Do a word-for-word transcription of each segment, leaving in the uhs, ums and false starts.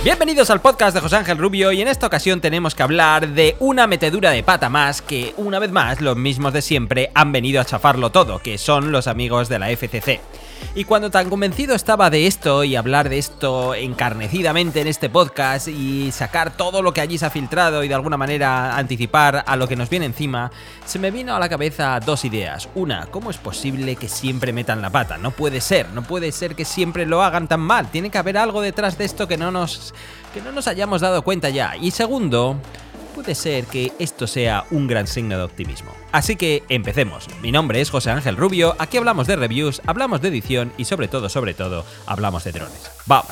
Bienvenidos al podcast de José Ángel Rubio y en esta ocasión tenemos que hablar de una metedura de pata más que, una vez más, los mismos de siempre han venido a chafarlo todo, que son los amigos de la F C C. Y cuando tan convencido estaba de esto y hablar de esto encarnecidamente en este podcast y sacar todo lo que allí se ha filtrado y de alguna manera anticipar a lo que nos viene encima, se me vino a la cabeza dos ideas. Una, ¿cómo es posible que siempre metan la pata? No puede ser, no puede ser que siempre lo hagan tan mal. Tiene que haber algo detrás de esto que no nos, que no nos hayamos dado cuenta ya. Y segundo, puede ser que esto sea un gran signo de optimismo. Así que empecemos. Mi nombre es José Ángel Rubio, aquí hablamos de reviews, hablamos de edición y sobre todo, sobre todo, hablamos de drones. ¡Vamos!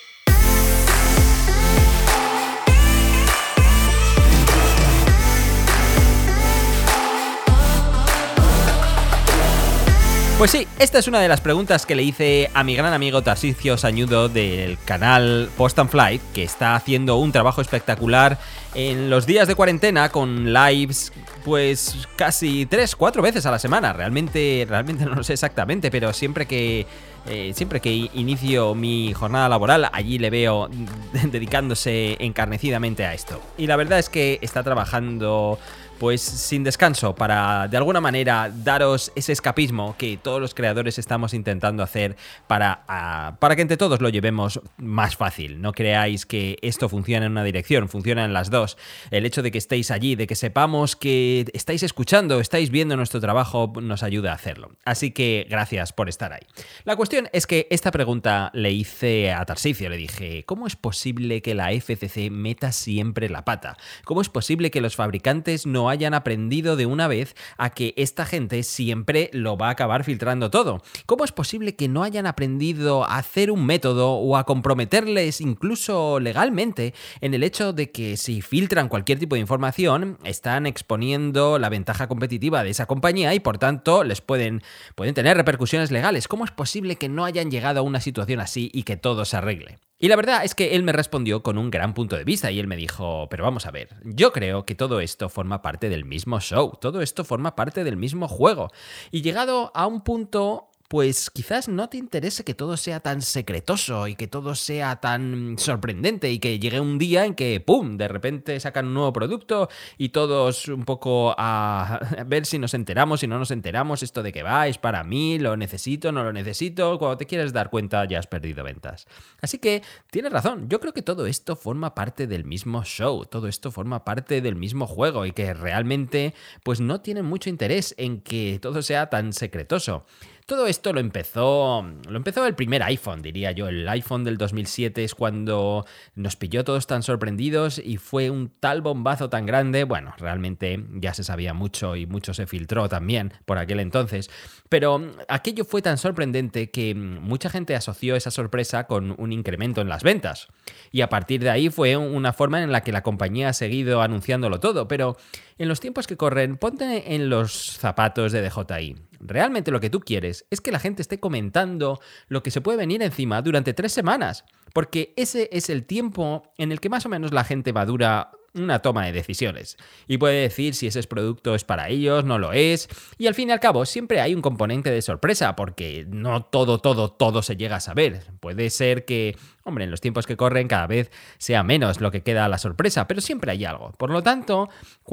Pues sí, esta es una de las preguntas que le hice a mi gran amigo Tarsicio Sañudo del canal Post and Flight, que está haciendo un trabajo espectacular en los días de cuarentena con lives pues casi tres, cuatro veces a la semana. Realmente, realmente no lo sé exactamente, pero siempre que eh, siempre que inicio mi jornada laboral, allí le veo dedicándose encarnecidamente a esto. Y la verdad es que está trabajando pues sin descanso para de alguna manera daros ese escapismo que todos los creadores estamos intentando hacer para, uh, para que entre todos lo llevemos más fácil. No creáis que esto funciona en una dirección, funciona en las dos. El hecho de que estéis allí, de que sepamos que estáis escuchando, estáis viendo nuestro trabajo, nos ayuda a hacerlo. Así que gracias por estar ahí. La cuestión es que esta pregunta le hice a Tarsicio, le dije, ¿cómo es posible que la F C C meta siempre la pata? ¿Cómo es posible que los fabricantes no hayan aprendido de una vez a que esta gente siempre lo va a acabar filtrando todo? ¿Cómo es posible que no hayan aprendido a hacer un método o a comprometerles incluso legalmente en el hecho de que si filtran cualquier tipo de información están exponiendo la ventaja competitiva de esa compañía y por tanto les pueden, pueden tener repercusiones legales? ¿Cómo es posible que no hayan llegado a una situación así y que todo se arregle? Y la verdad es que él me respondió con un gran punto de vista y él me dijo, pero vamos a ver, yo creo que todo esto forma parte del mismo show, todo esto forma parte del mismo juego. Y llegado a un punto, pues quizás no te interese que todo sea tan secretoso y que todo sea tan sorprendente y que llegue un día en que, ¡pum!, de repente sacan un nuevo producto y todos un poco a ver si nos enteramos, si no nos enteramos, esto de qué va, es para mí, lo necesito, no lo necesito. Cuando te quieres dar cuenta ya has perdido ventas. Así que tienes razón, yo creo que todo esto forma parte del mismo show, todo esto forma parte del mismo juego y que realmente pues no tienen mucho interés en que todo sea tan secretoso. Todo esto lo empezó, lo empezó el primer iPhone, diría yo. El iPhone del dos mil siete es cuando nos pilló todos tan sorprendidos y fue un tal bombazo tan grande. Bueno, realmente ya se sabía mucho y mucho se filtró también por aquel entonces. Pero aquello fue tan sorprendente que mucha gente asoció esa sorpresa con un incremento en las ventas. Y a partir de ahí fue una forma en la que la compañía ha seguido anunciándolo todo. Pero en los tiempos que corren, ponte en los zapatos de D J I. Realmente lo que tú quieres es que la gente esté comentando lo que se puede venir encima durante tres semanas, porque ese es el tiempo en el que más o menos la gente madura una toma de decisiones y puede decir si ese producto es para ellos, no lo es, y al fin y al cabo siempre hay un componente de sorpresa porque no todo, todo, todo se llega a saber. Puede ser que, hombre, en los tiempos que corren cada vez sea menos lo que queda a la sorpresa, pero siempre hay algo. Por lo tanto,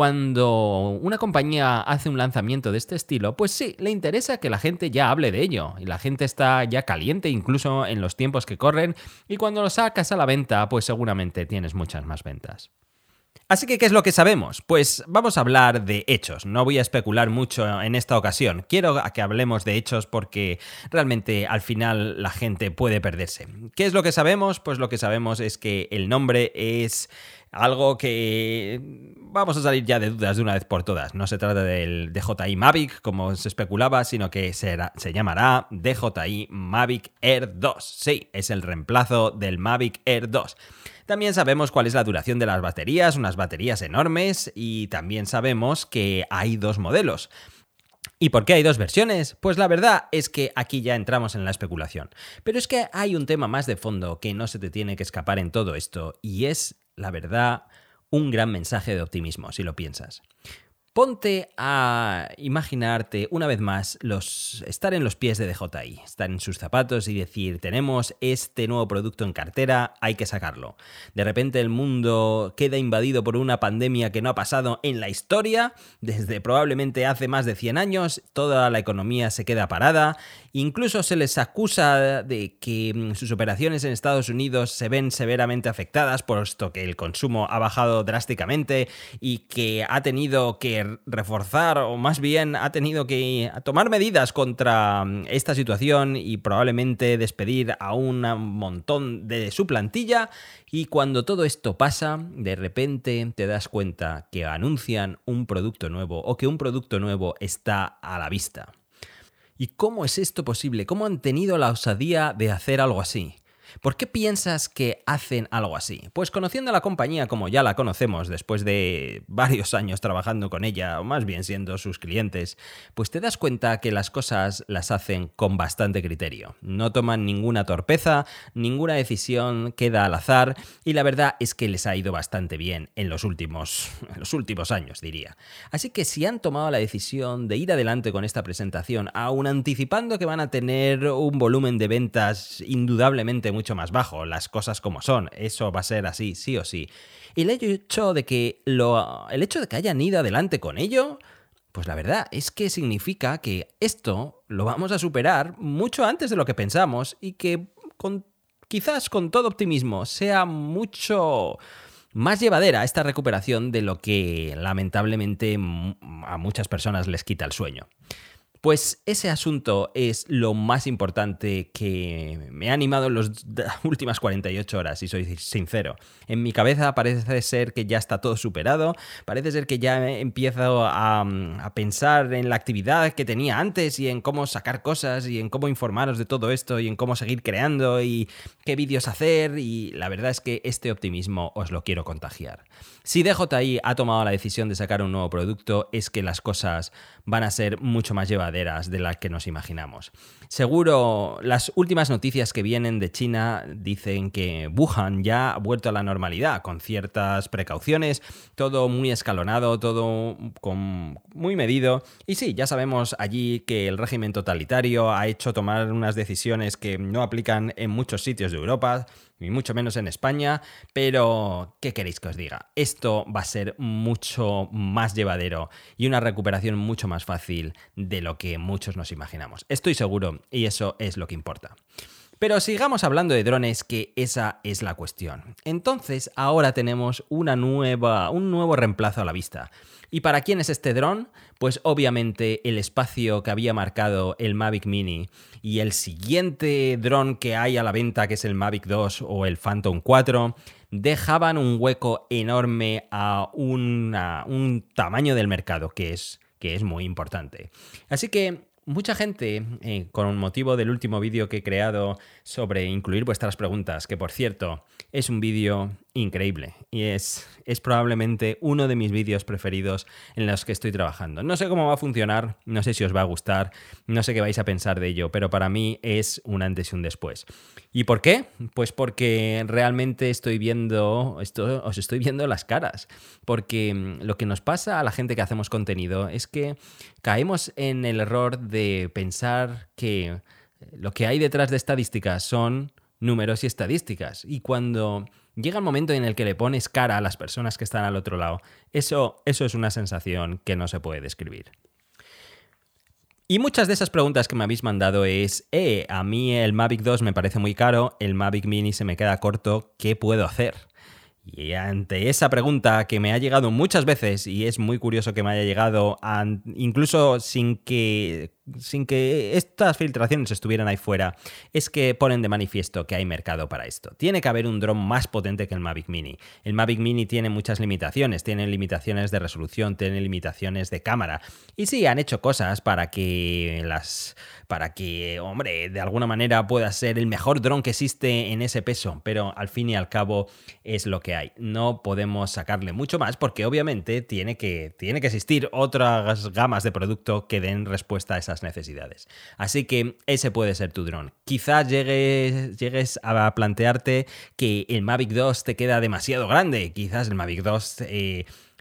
cuando una compañía hace un lanzamiento de este estilo, pues sí, le interesa que la gente ya hable de ello y la gente está ya caliente incluso en los tiempos que corren y cuando lo sacas a la venta, pues seguramente tienes muchas más ventas. Así que, ¿qué es lo que sabemos? Pues vamos a hablar de hechos. No voy a especular mucho en esta ocasión. Quiero que hablemos de hechos porque realmente al final la gente puede perderse. ¿Qué es lo que sabemos? Pues lo que sabemos es que el nombre es algo que vamos a salir ya de dudas de una vez por todas. No se trata del D J I Mavic, como se especulaba, sino que será, se llamará D J I Mavic Air dos. Sí, es el reemplazo del Mavic Air dos. También sabemos cuál es la duración de las baterías, unas baterías enormes, y también sabemos que hay dos modelos. ¿Y por qué hay dos versiones? Pues la verdad es que aquí ya entramos en la especulación. Pero es que hay un tema más de fondo que no se te tiene que escapar en todo esto, y es, la verdad, un gran mensaje de optimismo, si lo piensas. Ponte a imaginarte una vez más los, estar en los pies de D J I, estar en sus zapatos y decir, tenemos este nuevo producto en cartera, hay que sacarlo. De repente el mundo queda invadido por una pandemia que no ha pasado en la historia, desde probablemente hace más de cien años, toda la economía se queda parada, incluso se les acusa de que sus operaciones en Estados Unidos se ven severamente afectadas, puesto que el consumo ha bajado drásticamente y que ha tenido que reforzar, o más bien ha tenido que tomar medidas contra esta situación y probablemente despedir a un montón de su plantilla. Y cuando todo esto pasa, de repente te das cuenta que anuncian un producto nuevo o que un producto nuevo está a la vista. ¿Y cómo es esto posible? ¿Cómo han tenido la osadía de hacer algo así? ¿Por qué piensas que hacen algo así? Pues conociendo a la compañía como ya la conocemos después de varios años trabajando con ella, o más bien siendo sus clientes, pues te das cuenta que las cosas las hacen con bastante criterio. No toman ninguna torpeza, ninguna decisión queda al azar y la verdad es que les ha ido bastante bien en los últimos, en los últimos años, diría. Así que si han tomado la decisión de ir adelante con esta presentación, aun anticipando que van a tener un volumen de ventas indudablemente mucho más bajo, las cosas como son, eso va a ser así, sí o sí. Y el hecho de que lo, el hecho de que hayan ido adelante con ello, pues la verdad es que significa que esto lo vamos a superar mucho antes de lo que pensamos y que con, quizás con todo optimismo sea mucho más llevadera esta recuperación de lo que lamentablemente a muchas personas les quita el sueño. Pues ese asunto es lo más importante que me ha animado en las últimas cuarenta y ocho horas, si soy sincero. En mi cabeza parece ser que ya está todo superado, parece ser que ya empiezo a, a pensar en la actividad que tenía antes y en cómo sacar cosas y en cómo informaros de todo esto y en cómo seguir creando y qué vídeos hacer, y la verdad es que este optimismo os lo quiero contagiar. Si D J I ha tomado la decisión de sacar un nuevo producto, es que las cosas van a ser mucho más llevaderas de las que nos imaginamos. Seguro, las últimas noticias que vienen de China dicen que Wuhan ya ha vuelto a la normalidad, con ciertas precauciones, todo muy escalonado, todo con muy medido. Y sí, ya sabemos allí que el régimen totalitario ha hecho tomar unas decisiones que no aplican en muchos sitios de Europa, ni mucho menos en España, pero ¿qué queréis que os diga? Esto va a ser mucho más llevadero y una recuperación mucho más fácil de lo que muchos nos imaginamos. Estoy seguro, y eso es lo que importa. Pero sigamos hablando de drones, que esa es la cuestión. Entonces, ahora tenemos una nueva, un nuevo reemplazo a la vista. ¿Y para quién es este dron? Pues obviamente el espacio que había marcado el Mavic Mini y el siguiente dron que hay a la venta, que es el Mavic dos o el Phantom cuatro, dejaban un hueco enorme a una, un tamaño del mercado que es, que es muy importante. Así que mucha gente, eh, con motivo del último vídeo que he creado sobre incluir vuestras preguntas, que por cierto es un vídeo increíble y es, es probablemente uno de mis vídeos preferidos en los que estoy trabajando. No sé cómo va a funcionar, no sé si os va a gustar, no sé qué vais a pensar de ello, pero para mí es un antes y un después. ¿Y por qué? Pues porque realmente estoy viendo, esto, os estoy viendo las caras, porque lo que nos pasa a la gente que hacemos contenido es que caemos en el error de pensar que lo que hay detrás de estadísticas son números y estadísticas, y cuando llega el momento en el que le pones cara a las personas que están al otro lado, eso, eso es una sensación que no se puede describir. Y muchas de esas preguntas que me habéis mandado es, eh, a mí el Mavic dos me parece muy caro, el Mavic Mini se me queda corto, ¿qué puedo hacer? Y ante esa pregunta que me ha llegado muchas veces, y es muy curioso que me haya llegado a, incluso sin que, sin que estas filtraciones estuvieran ahí fuera, es que ponen de manifiesto que hay mercado para esto. Tiene que haber un dron más potente que el Mavic Mini. El Mavic Mini tiene muchas limitaciones, tiene limitaciones de resolución, tiene limitaciones de cámara. Y sí, han hecho cosas para que las... para que, hombre, de alguna manera pueda ser el mejor dron que existe en ese peso, pero al fin y al cabo es lo que hay. No podemos sacarle mucho más porque obviamente tiene que, tiene que existir otras gamas de producto que den respuesta a esas necesidades. Así que ese puede ser tu dron. Quizás llegues, llegues a plantearte que el Mavic dos te queda demasiado grande. Quizás el Mavic dos... Eh,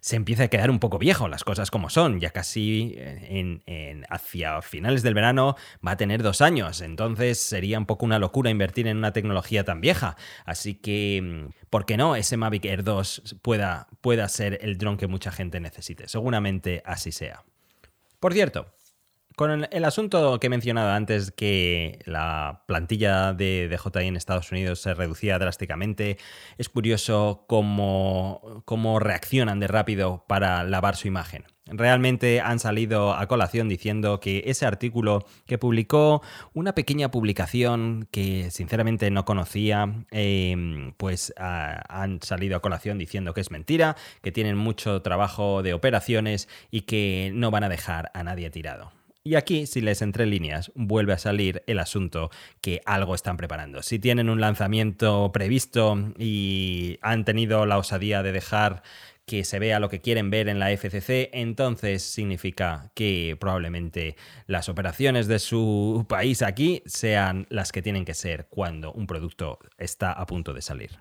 se empieza a quedar un poco viejo, las cosas como son. Ya casi en, en, hacia finales del verano va a tener dos años. Entonces sería un poco una locura invertir en una tecnología tan vieja. Así que, ¿por qué no ese Mavic Air dos pueda, pueda ser el dron que mucha gente necesite? Seguramente así sea. Por cierto, con el, el asunto que he mencionado antes, que la plantilla de D J I en Estados Unidos se reducía drásticamente, es curioso cómo, cómo reaccionan de rápido para lavar su imagen. Realmente han salido a colación diciendo que ese artículo que publicó una pequeña publicación que sinceramente no conocía, eh, pues uh, han salido a colación diciendo que es mentira, que tienen mucho trabajo de operaciones y que no van a dejar a nadie tirado. Y aquí, si lees entre líneas, vuelve a salir el asunto que algo están preparando. Si tienen un lanzamiento previsto y han tenido la osadía de dejar que se vea lo que quieren ver en la F C C, entonces significa que probablemente las operaciones de su país aquí sean las que tienen que ser cuando un producto está a punto de salir.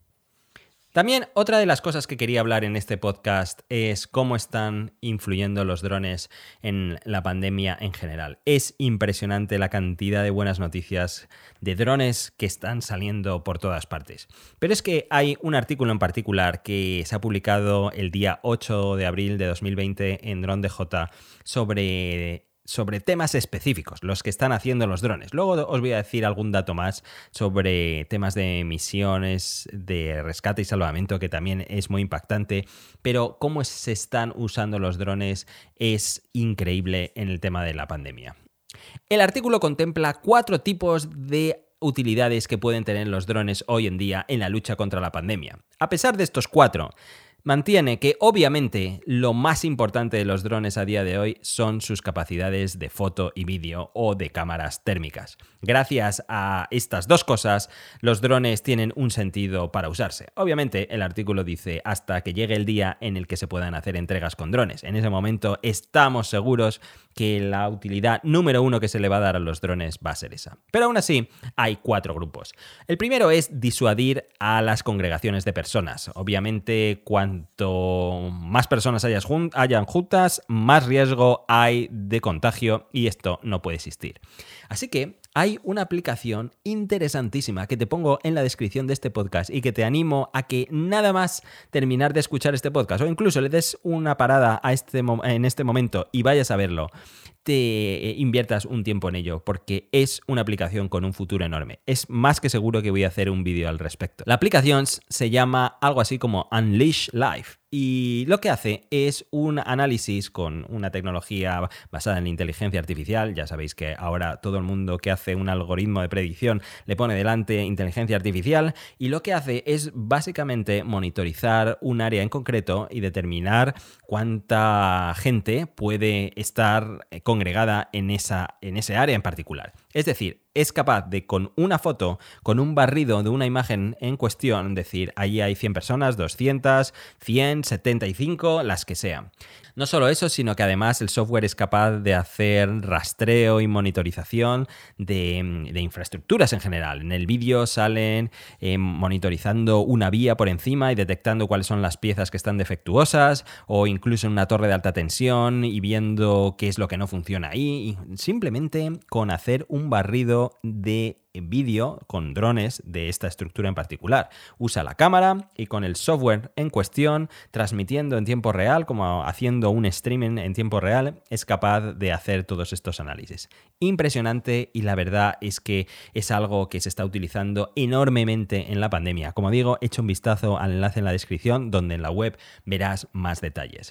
También otra de las cosas que quería hablar en este podcast es cómo están influyendo los drones en la pandemia en general. Es impresionante la cantidad de buenas noticias de drones que están saliendo por todas partes. Pero es que hay un artículo en particular que se ha publicado el día ocho de abril de dos mil veinte en Drone D J sobre... sobre temas específicos, los que están haciendo los drones. Luego os voy a decir algún dato más sobre temas de misiones, de rescate y salvamento, que también es muy impactante, pero cómo se están usando los drones es increíble en el tema de la pandemia. El artículo contempla cuatro tipos de utilidades que pueden tener los drones hoy en día en la lucha contra la pandemia. A pesar de estos cuatro, mantiene que obviamente lo más importante de los drones a día de hoy son sus capacidades de foto y vídeo o de cámaras térmicas. Gracias a estas dos cosas, los drones tienen un sentido para usarse. Obviamente, el artículo dice hasta que llegue el día en el que se puedan hacer entregas con drones. En ese momento estamos seguros que la utilidad número uno que se le va a dar a los drones va a ser esa. Pero aún así, hay cuatro grupos. El primero es disuadir a las congregaciones de personas. Obviamente, cuanto más personas hayan juntas, más riesgo hay de contagio y esto no puede existir. Así que hay una aplicación interesantísima que te pongo en la descripción de este podcast y que te animo a que nada más terminar de escuchar este podcast o incluso le des una parada a este en este momento y vayas a verlo, te inviertas un tiempo en ello porque es una aplicación con un futuro enorme. Es más que seguro que voy a hacer un vídeo al respecto. La aplicación se llama algo así como Unleash Live. Y lo que hace es un análisis con una tecnología basada en la inteligencia artificial. Ya sabéis que ahora todo el mundo que hace un algoritmo de predicción le pone delante inteligencia artificial y lo que hace es básicamente monitorizar un área en concreto y determinar cuánta gente puede estar congregada en, esa, en ese área en particular. Es decir, es capaz de, con una foto, con un barrido de una imagen en cuestión, decir, allí hay cien personas, doscientas, cien, setenta y cinco, las que sean. No solo eso, sino que además el software es capaz de hacer rastreo y monitorización de, de infraestructuras en general. En el vídeo salen eh, monitorizando una vía por encima y detectando cuáles son las piezas que están defectuosas, o incluso en una torre de alta tensión y viendo qué es lo que no funciona ahí. Y simplemente con hacer un barrido de vídeo con drones de esta estructura en particular. Usa la cámara y con el software en cuestión, transmitiendo en tiempo real, como haciendo un streaming en tiempo real, es capaz de hacer todos estos análisis. Impresionante, y la verdad es que es algo que se está utilizando enormemente en la pandemia. Como digo, echa un vistazo al enlace en la descripción, donde en la web verás más detalles.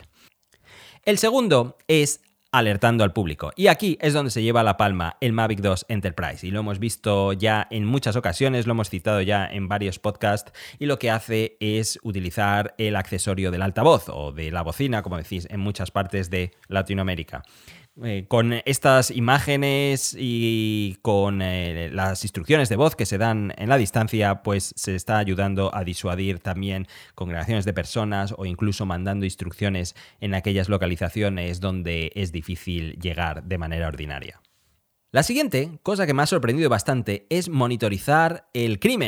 El segundo es alertando al público. Y aquí es donde se lleva la palma el Mavic dos Enterprise. Y lo hemos visto ya en muchas ocasiones, lo hemos citado ya en varios podcasts, y lo que hace es utilizar el accesorio del altavoz o de la bocina, como decís, en muchas partes de Latinoamérica. Eh, con estas imágenes y con eh, las instrucciones de voz que se dan en la distancia, pues se está ayudando a disuadir también congregaciones de personas o incluso mandando instrucciones en aquellas localizaciones donde es difícil llegar de manera ordinaria. La siguiente cosa que me ha sorprendido bastante es monitorizar el crimen.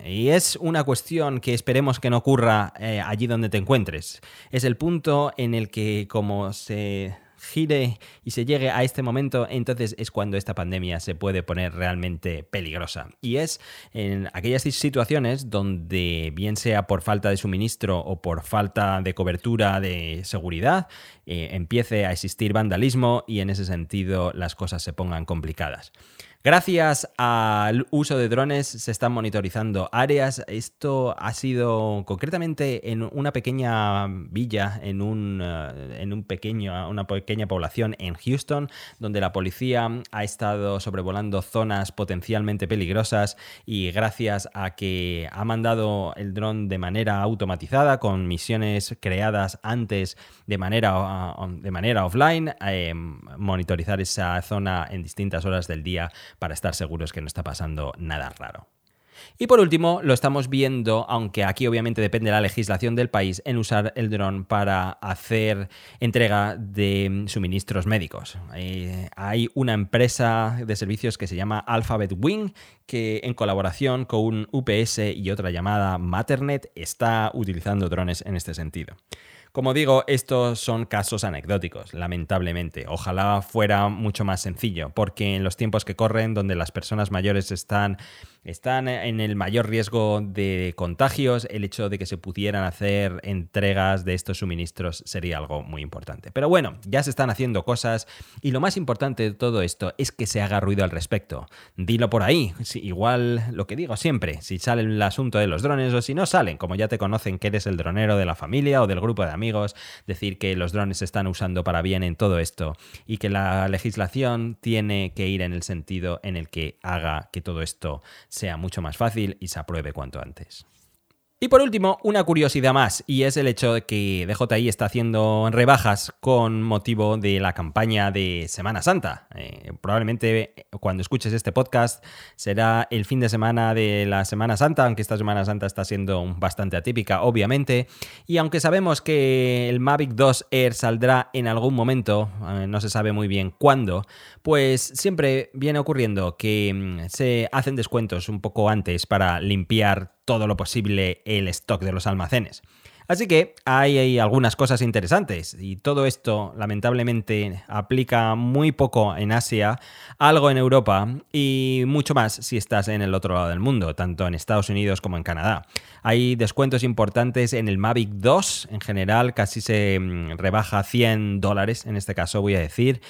y es una cuestión que esperemos que no ocurra eh, allí donde te encuentres. Es el punto en el que, como se gire y se llegue a este momento, entonces es cuando esta pandemia se puede poner realmente peligrosa. Y es en aquellas situaciones donde, bien sea por falta de suministro o por falta de cobertura de seguridad, eh, empiece a existir vandalismo y en ese sentido las cosas se pongan complicadas. Gracias al uso de drones se están monitorizando áreas. Esto ha sido concretamente en una pequeña villa, en un, uh, en un pequeño, una pequeña población en Houston, donde la policía ha estado sobrevolando zonas potencialmente peligrosas y gracias a que ha mandado el dron de manera automatizada con misiones creadas antes de manera, uh, de manera offline, eh, monitorizar esa zona en distintas horas del día para estar seguros que no está pasando nada raro. Y por último, lo estamos viendo, aunque aquí obviamente depende de la legislación del país, en usar el dron para hacer entrega de suministros médicos. Eh, hay una empresa de servicios que se llama Alphabet Wing, que en colaboración con un U P S y otra llamada Matternet está utilizando drones en este sentido. Como digo, estos son casos anecdóticos, lamentablemente. Ojalá fuera mucho más sencillo, porque en los tiempos que corren, donde las personas mayores están, están en el mayor riesgo de contagios, el hecho de que se pudieran hacer entregas de estos suministros sería algo muy importante. Pero bueno, ya se están haciendo cosas y lo más importante de todo esto es que se haga ruido al respecto. Dilo por ahí, sí, igual lo que digo siempre, si sale el asunto de los drones o si no salen, como ya te conocen que eres el dronero de la familia o del grupo de amigos, amigos, decir que los drones se están usando para bien en todo esto y que la legislación tiene que ir en el sentido en el que haga que todo esto sea mucho más fácil y se apruebe cuanto antes. Y por último, una curiosidad más, y es el hecho de que D J I está haciendo rebajas con motivo de la campaña de Semana Santa. Eh, probablemente cuando escuches este podcast será el fin de semana de la Semana Santa, aunque esta Semana Santa está siendo bastante atípica, obviamente. Y aunque sabemos que el Mavic dos Air saldrá en algún momento, eh, no se sabe muy bien cuándo, pues siempre viene ocurriendo que mm, se hacen descuentos un poco antes para limpiar todo lo posible el stock de los almacenes. Así que hay, hay algunas cosas interesantes y todo esto lamentablemente aplica muy poco en Asia, algo en Europa y mucho más si estás en el otro lado del mundo, tanto en Estados Unidos como en Canadá. Hay descuentos importantes en el Mavic dos, en general casi se rebaja cien dólares, en este caso voy a decir.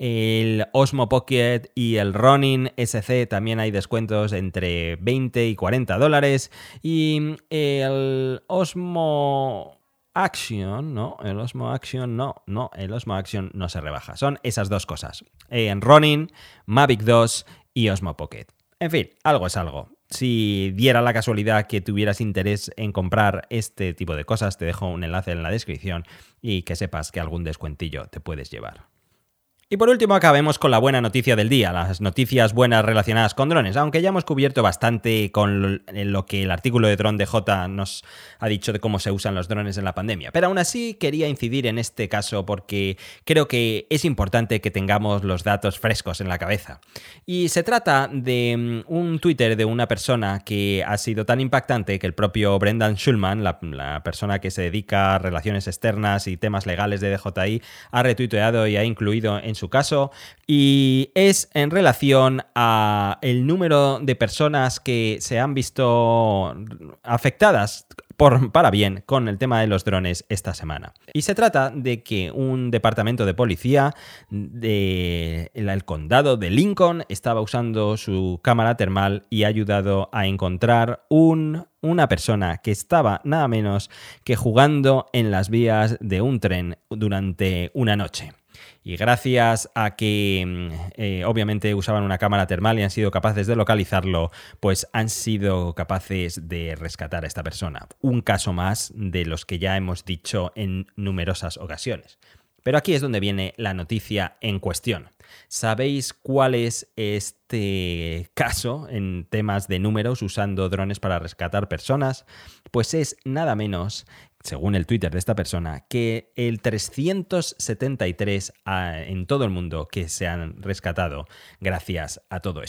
El Osmo Pocket y el Ronin S C también hay descuentos entre veinte y cuarenta dólares. Y el Osmo Action, no, el Osmo Action no, no, el Osmo Action no se rebaja. Son esas dos cosas. En Ronin, Mavic dos y Osmo Pocket. En fin, algo es algo. Si diera la casualidad que tuvieras interés en comprar este tipo de cosas, te dejo un enlace en la descripción y que sepas que algún descuentillo te puedes llevar. Y por último acabemos con la buena noticia del día, las noticias buenas relacionadas con drones, aunque ya hemos cubierto bastante con lo que el artículo de Drone D J nos ha dicho de cómo se usan los drones en la pandemia. Pero aún así quería incidir en este caso porque creo que es importante que tengamos los datos frescos en la cabeza. Y se trata de un Twitter de una persona que ha sido tan impactante que el propio Brendan Schulman, la, la persona que se dedica a relaciones externas y temas legales de D J I, ha retuiteado y ha incluido en su caso, y es en relación a el número de personas que se han visto afectadas por, para bien con el tema de los drones esta semana. Y se trata de que un departamento de policía del de condado de Lincoln estaba usando su cámara termal y ha ayudado a encontrar un, una persona que estaba nada menos que jugando en las vías de un tren durante una noche. Y gracias a que eh, obviamente usaban una cámara termal y han sido capaces de localizarlo, pues han sido capaces de rescatar a esta persona. Un caso más de los que ya hemos dicho en numerosas ocasiones. Pero aquí es donde viene la noticia en cuestión. ¿Sabéis cuál es este caso en temas de números usando drones para rescatar personas? Pues es nada menos, según el Twitter de esta persona, que el trescientos setenta y tres en todo el mundo que se han rescatado gracias a todo esto.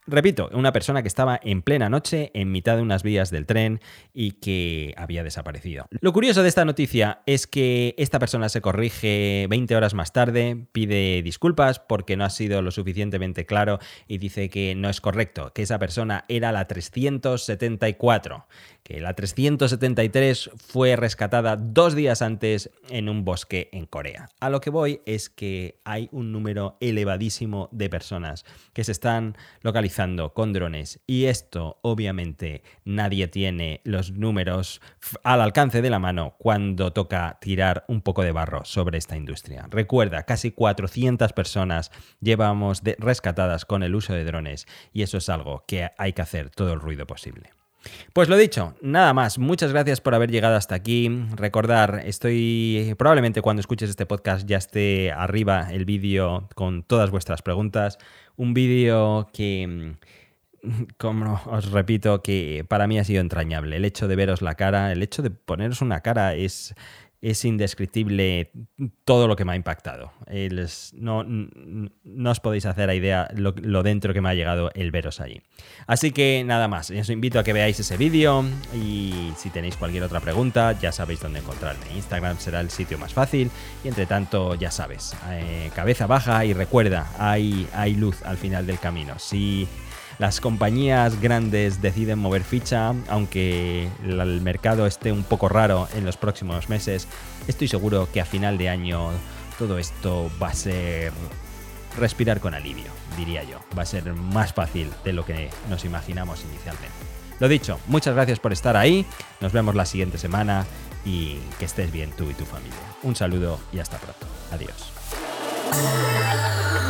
Repito, una persona que estaba en plena noche en mitad de unas vías del tren y que había desaparecido. Lo curioso de esta noticia es que esta persona se corrige veinte horas más tarde, pide disculpas porque no ha sido lo suficientemente claro y dice que no es correcto, que esa persona era la trescientos setenta y cuatro, que la trescientos setenta y tres fue rescatada dos días antes en un bosque en Corea. A lo que voy es que hay un número elevadísimo de personas que se están localizando con drones y esto obviamente nadie tiene los números al alcance de la mano cuando toca tirar un poco de barro sobre esta industria. Recuerda, casi cuatrocientas personas llevamos de rescatadas con el uso de drones y eso es algo que hay que hacer todo el ruido posible. Pues lo dicho, nada más. Muchas gracias por haber llegado hasta aquí. Recordar, estoy probablemente cuando escuches este podcast ya esté arriba el vídeo con todas vuestras preguntas. Un vídeo que, como os repito, que para mí ha sido entrañable. El hecho de veros la cara, el hecho de poneros una cara es... Es indescriptible todo lo que me ha impactado. Es, no, no os podéis hacer a idea lo, lo dentro que me ha llegado el veros allí. Así que nada más, os invito a que veáis ese vídeo y si tenéis cualquier otra pregunta ya sabéis dónde encontrarme. Instagram será el sitio más fácil y entre tanto ya sabes, eh, cabeza baja y recuerda, hay, hay luz al final del camino. Si las compañías grandes deciden mover ficha, aunque el mercado esté un poco raro en los próximos meses, estoy seguro que a final de año todo esto va a ser respirar con alivio, diría yo. Va a ser más fácil de lo que nos imaginamos inicialmente. Lo dicho, muchas gracias por estar ahí, nos vemos la siguiente semana y que estés bien tú y tu familia. Un saludo y hasta pronto. Adiós.